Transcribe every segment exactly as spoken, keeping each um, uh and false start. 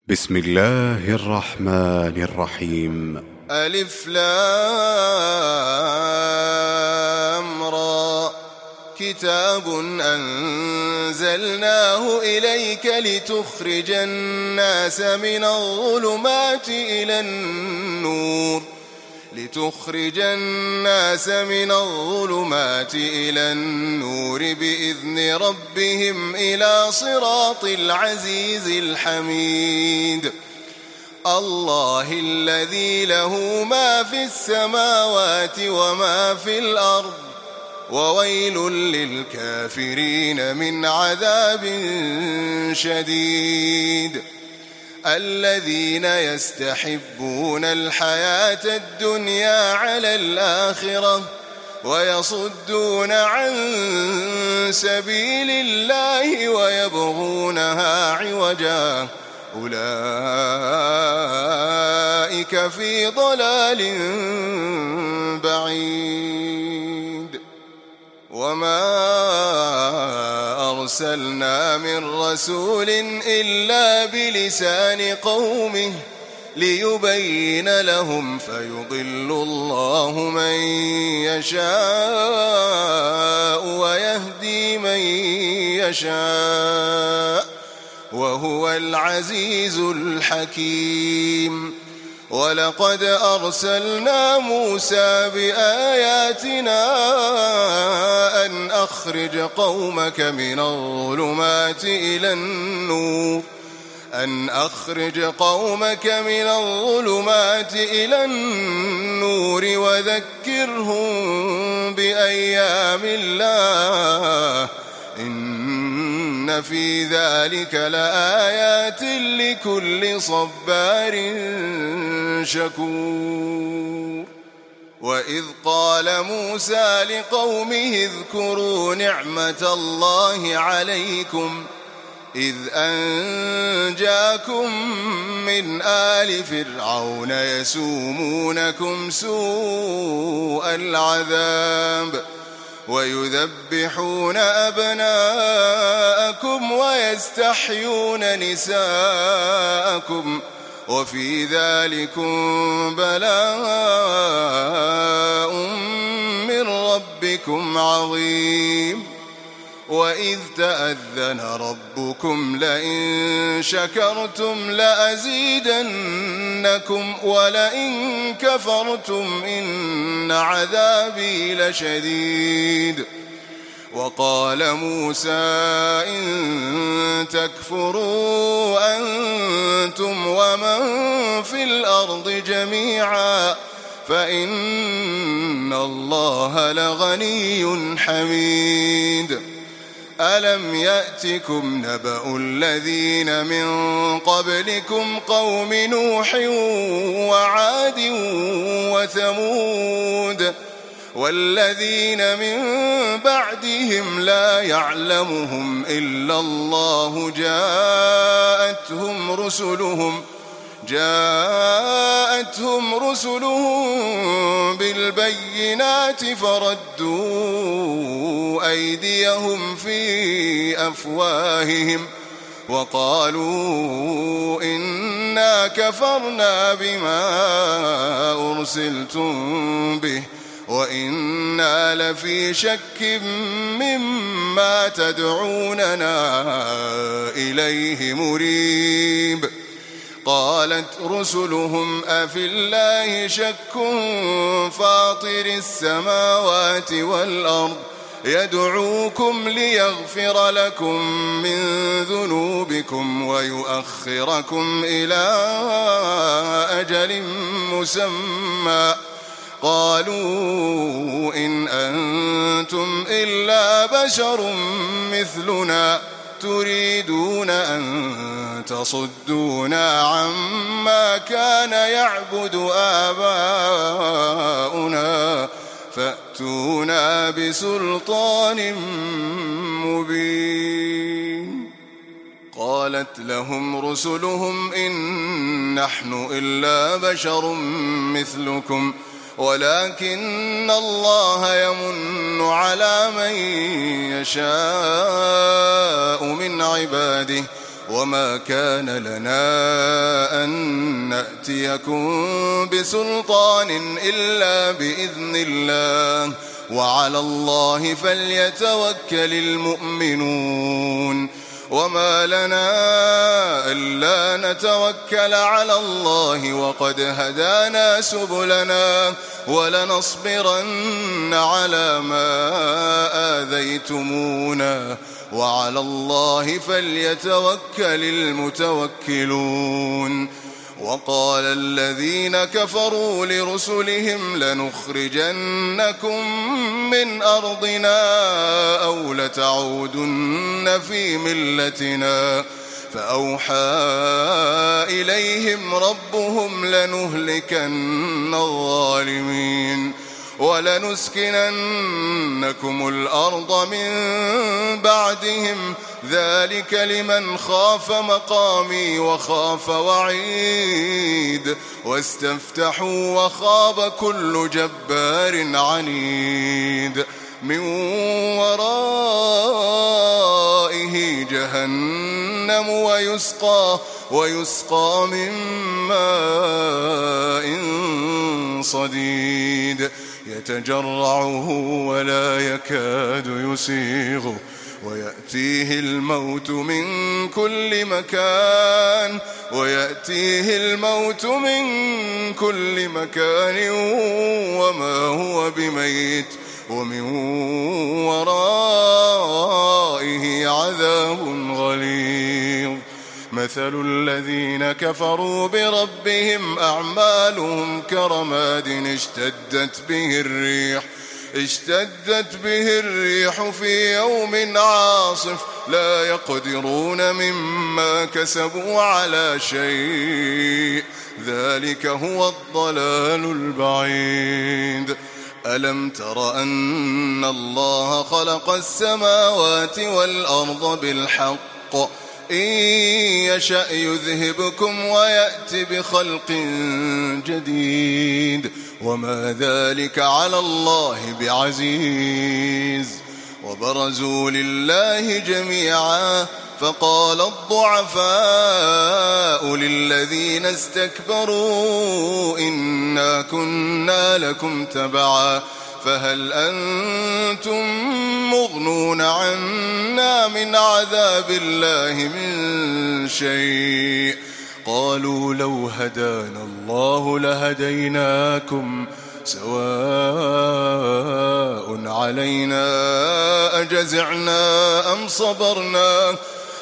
بسم الله الرحمن الرحيم. ألف لام را. كتاب أنزلناه إليك لتخرج الناس من الظلمات إلى النور لتخرج الناس من الظلمات إلى النور بإذن ربهم إلى صراط العزيز الحميد. الله الذي له ما في السماوات وما في الأرض وويل للكافرين من عذاب شديد. الذين يستحبون الحياة الدنيا على الآخرة ويصدون عن سبيل الله ويبغونها عوجا أولئك في ضلال بعيد. وما أرسلنا من رسول إلا بلسان قومه ليبين لهم فيضل الله من يشاء ويهدي من يشاء وهو العزيز الحكيم. ولقد أرسلنا موسى بآياتنا أن أخرج قومك من الظلمات إلى النور أن أخرج قومك من الظلمات إلى النور وذكرهم بأيام الله إن في ذلك لآيات لكل صبار شكور. وإذ قال موسى لقومه اذكروا نعمة الله عليكم إذ أنجاكم من آل فرعون يسومونكم سوء العذاب ويذبحون أبناءكم ويستحيون نساءكم وفي ذلكم بلاء من ربكم عظيم. وإذ تأذن ربكم لئن شكرتم لأزيدنكم ولئن كفرتم إن عذابي لشديد. وقال موسى إن تكفروا أنتم ومن في الأرض جميعا فإن الله لغني حميد. ألم يأتكم نبأ الذين من قبلكم قوم نوح وعاد وثمود والذين من بعدهم لا يعلمهم إلا الله جاءتهم رسلهم جاءتهم رسلهم بالبينات فردوا أيديهم في أفواههم وقالوا إنا كفرنا بما أرسلتم به وإنا لفي شك مما تدعوننا إليه مريب. قالت رسلهم أفي الله شك فاطر السماوات والأرض يدعوكم ليغفر لكم من ذنوبكم ويؤخركم إلى أجل مسمى قالوا إن أنتم إلا بشر مثلنا تريدون أن تصدونا عما كان يعبد آباؤنا فأتونا بسلطان مبين. قالت لهم رسلهم إن نحن إلا بشر مثلكم ولكن الله يمن على من يشاء من عباده وما كان لنا أن نأتيكم بسلطان إلا بإذن الله وعلى الله فليتوكل المؤمنون وما لنا ألا نتوكل على الله وقد هدانا سبلنا ولنصبرن على ما آذيتمونا وعلى الله فليتوكل المتوكلون وقال الذين كفروا لرسلهم لنخرجنكم من أرضنا أو لتعودن في ملتنا فأوحى إليهم ربهم لنهلكن الظالمين ولنسكننكم الأرض من بعدهم ذلك لمن خاف مقامي وخاف وعيد واستفتحوا وخاب كل جبار عنيد من ورائه جهنم ويسقى ويسقى من ماء صديد يتجرعه ولا يكاد يسيغه ويأتيه الموت من كل مكان ويأتيه الموت من كل مكان وما هو بميت ومن ورائه عذاب غليظ مثل الذين كفروا بربهم أعمالهم كرماد اشتدت به الريح اشتدت به الريح في يوم عاصف لا يقدرون مما كسبوا على شيء ذلك هو الضلال البعيد ألم تر أن الله خلق السماوات والأرض بالحق إن يشأ يذهبكم ويأت بخلق جديد وما ذلك على الله بعزيز وبرزوا لله جميعا فقال الضعفاء للذين استكبروا إنا كنا لكم تبعا فهل أنتم مغنون عنا من عذاب الله من شيء قالوا لو هدانا الله لهديناكم سواء علينا أجزعنا أم صبرنا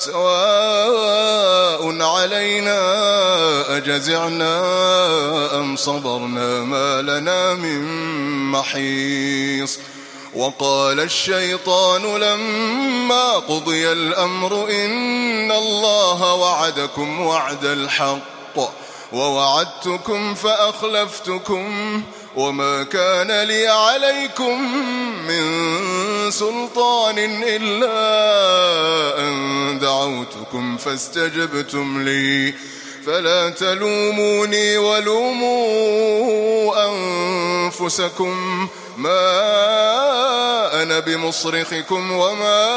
سواء علينا أجزعنا أم صبرنا ما لنا من محيص وقال الشيطان لما قضي الأمر إن الله وعدكم وعد الحق ووعدتكم فأخلفتكم وما كان لي عليكم من سلطان إلا أن دعوتكم فاستجبتم لي فلا تلوموني ولوموا أنفسكم ما أنا بمصرخكم وما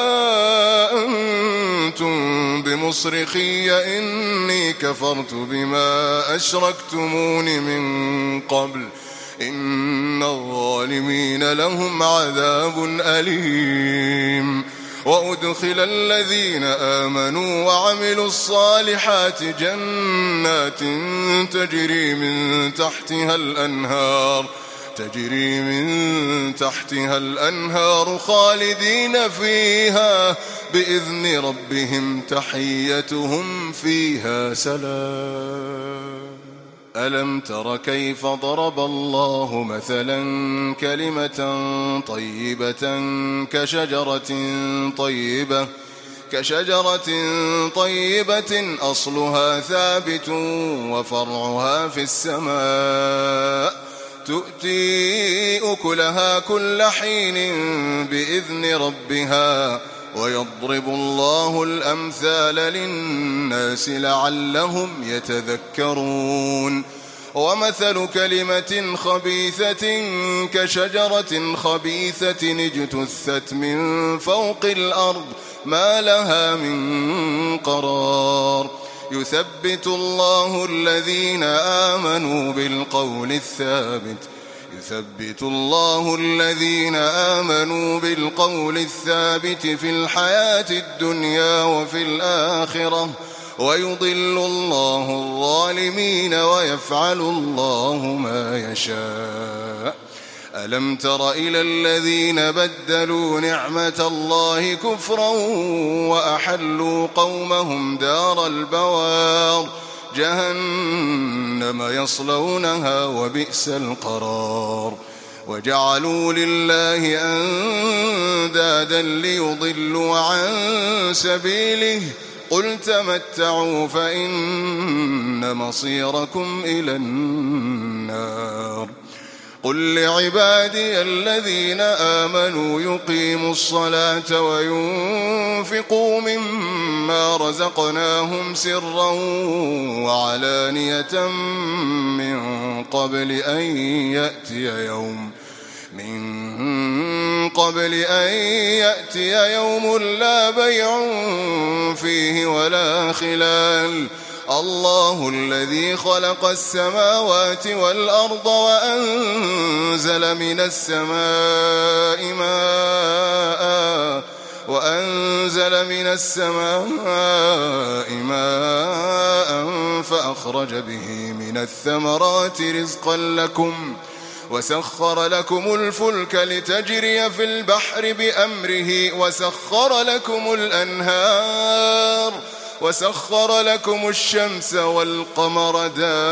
أنتم بمصرخي إني كفرت بما أشركتمون من قبل إن الظالمين لهم عذاب أليم وأدخل الذين آمنوا وعملوا الصالحات جنات تجري من تحتها الأنهار تجري من تحتها الأنهار خالدين فيها بإذن ربهم تحيتهم فيها سلام ألم تر كيف ضرب الله مثلا كلمة طيبة كشجرة طيبة كشجرة طيبة أصلها ثابت وفرعها في السماء تؤتي أكلها كل حين بإذن ربها ويضرب الله الأمثال للناس لعلهم يتذكرون ومثل كلمة خبيثة كشجرة خبيثة اجتثت من فوق الأرض ما لها من قرار يثبت الله الذين آمنوا بالقول الثابت يثبت الله الذين آمنوا بالقول الثابت في الحياة الدنيا وفي الآخرة ويضل الله الظالمين ويفعل الله ما يشاء. ألم تر إلى الذين بدلوا نعمة الله كفرا وأحلوا قومهم دار البوار جهنم يصلونها وبئس القرار وجعلوا لله أندادا ليضلوا عن سبيله قل تمتعوا فإن مصيركم إلى النار. قل لعبادي الذين آمنوا يقيموا الصلاة وينفقوا مما رزقناهم سرا وعلانية من قبل أن يأتي يوم من قبل أن يأتي يوم لا بيع فيه ولا خلال الله الذي خلق السماوات والأرض وأنزل من السماء ماء وأنزل من السماء ماء فأخرج به من الثمرات رزقا لكم وسخر لكم الفلك لتجري في البحر بأمره وسخر لكم الأنهار وسخر لكم الشمس والقمر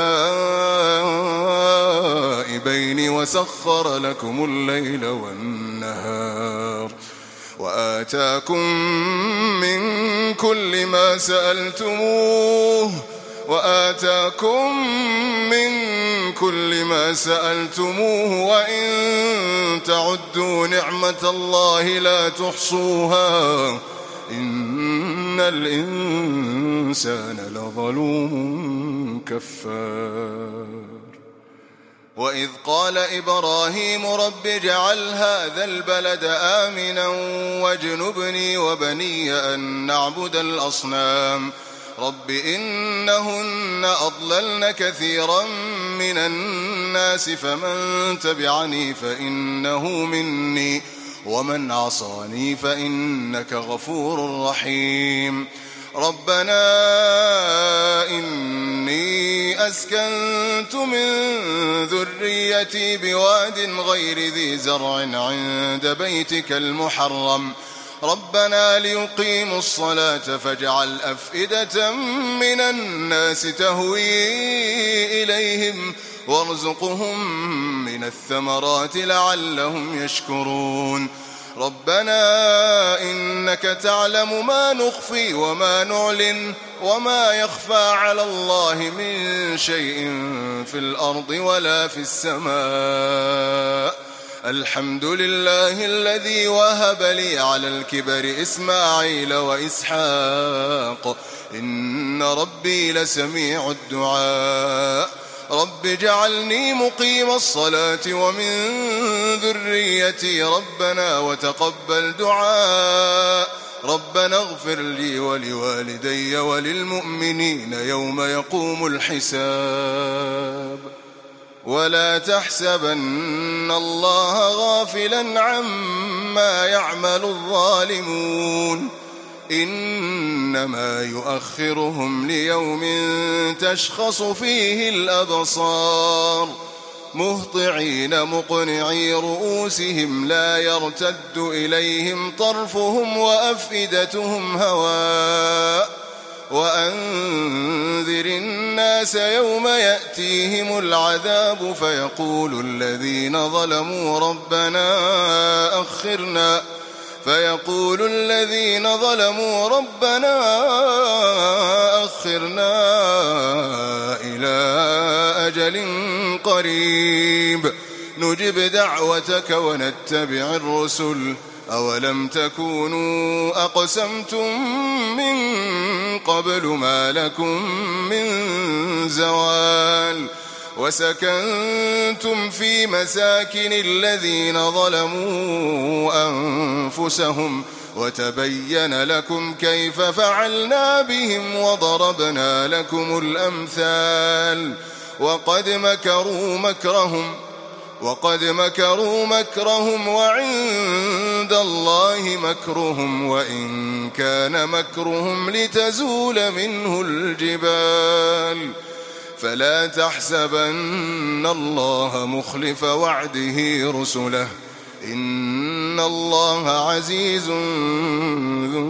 دائبين وسخر لكم الليل والنهار وآتاكم من كل ما سألتموه وآتاكم من كل ما سألتموه وإن تعدوا نعمة الله لا تحصوها إن الإنسان لظلوم كفار. وإذ قال إبراهيم رب اجعل هذا البلد آمنا واجنبني وبني أن نعبد الأصنام رب إنهن أضللن كثيرا من الناس فمن تبعني فإنه مني ومن عصاني فإنك غفور رحيم. ربنا إني أسكنت من ذريتي بواد غير ذي زرع عند بيتك المحرم ربنا ليقيموا الصلاة فاجعل أفئدة من الناس تهوي إليهم وارزقهم من الثمرات لعلهم يشكرون. ربنا إنك تعلم ما نخفي وما نعلن وما يخفى على الله من شيء في الأرض ولا في السماء. الحمد لله الذي وهب لي على الكبر إسماعيل وإسحاق إن ربي لسميع الدعاء. رب اجعلني مقيم الصلاة ومن ذريتي ربنا وتقبل دعاء. ربنا اغفر لي ولوالدي وللمؤمنين يوم يقوم الحساب. ولا تحسبن الله غافلا عما يعمل الظالمون إنما يؤخرهم ليوم تشخص فيه الأبصار مهطعين مقنعي رؤوسهم لا يرتد إليهم طرفهم وأفئدتهم هواء. وأنذر الناس يوم يأتيهم العذاب فيقول الذين ظلموا ربنا أخرنا فيقول الذين ظلموا ربنا أخرنا إلى أجل قريب نجب دعوتك ونتبع الرسل أولم تكونوا أقسمتم من قبل ما لكم من زوال. وسكنتم في مساكن الذين ظلموا أنفسهم وتبين لكم كيف فعلنا بهم وضربنا لكم الأمثال وقد مكروا مكرهم وقد مكروا مكرهم وعند الله مكرهم وإن كان مكرهم لتزول منه الجبال فلا تحسبن الله مخلف وعده رسله إن الله عزيز ذو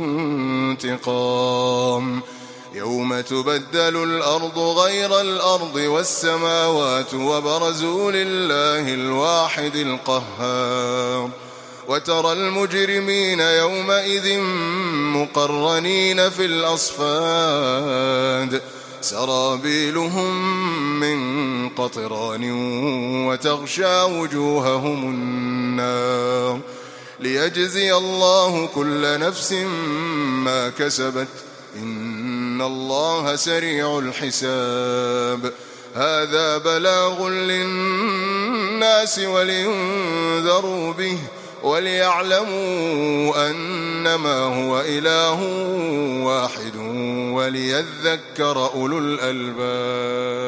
انتقام يوم تبدل الأرض غير الأرض والسماوات وبرزوا لله الواحد القهار وترى المجرمين يومئذ مقرنين في الأصفاد سرابيلهم من قطران وتغشى وجوههم النار ليجزي الله كل نفس ما كسبت إن الله سريع الحساب هذا بلاغ للناس ولينذروا به وليعلموا أنما هو إله واحد وليذكر أولو الألباب.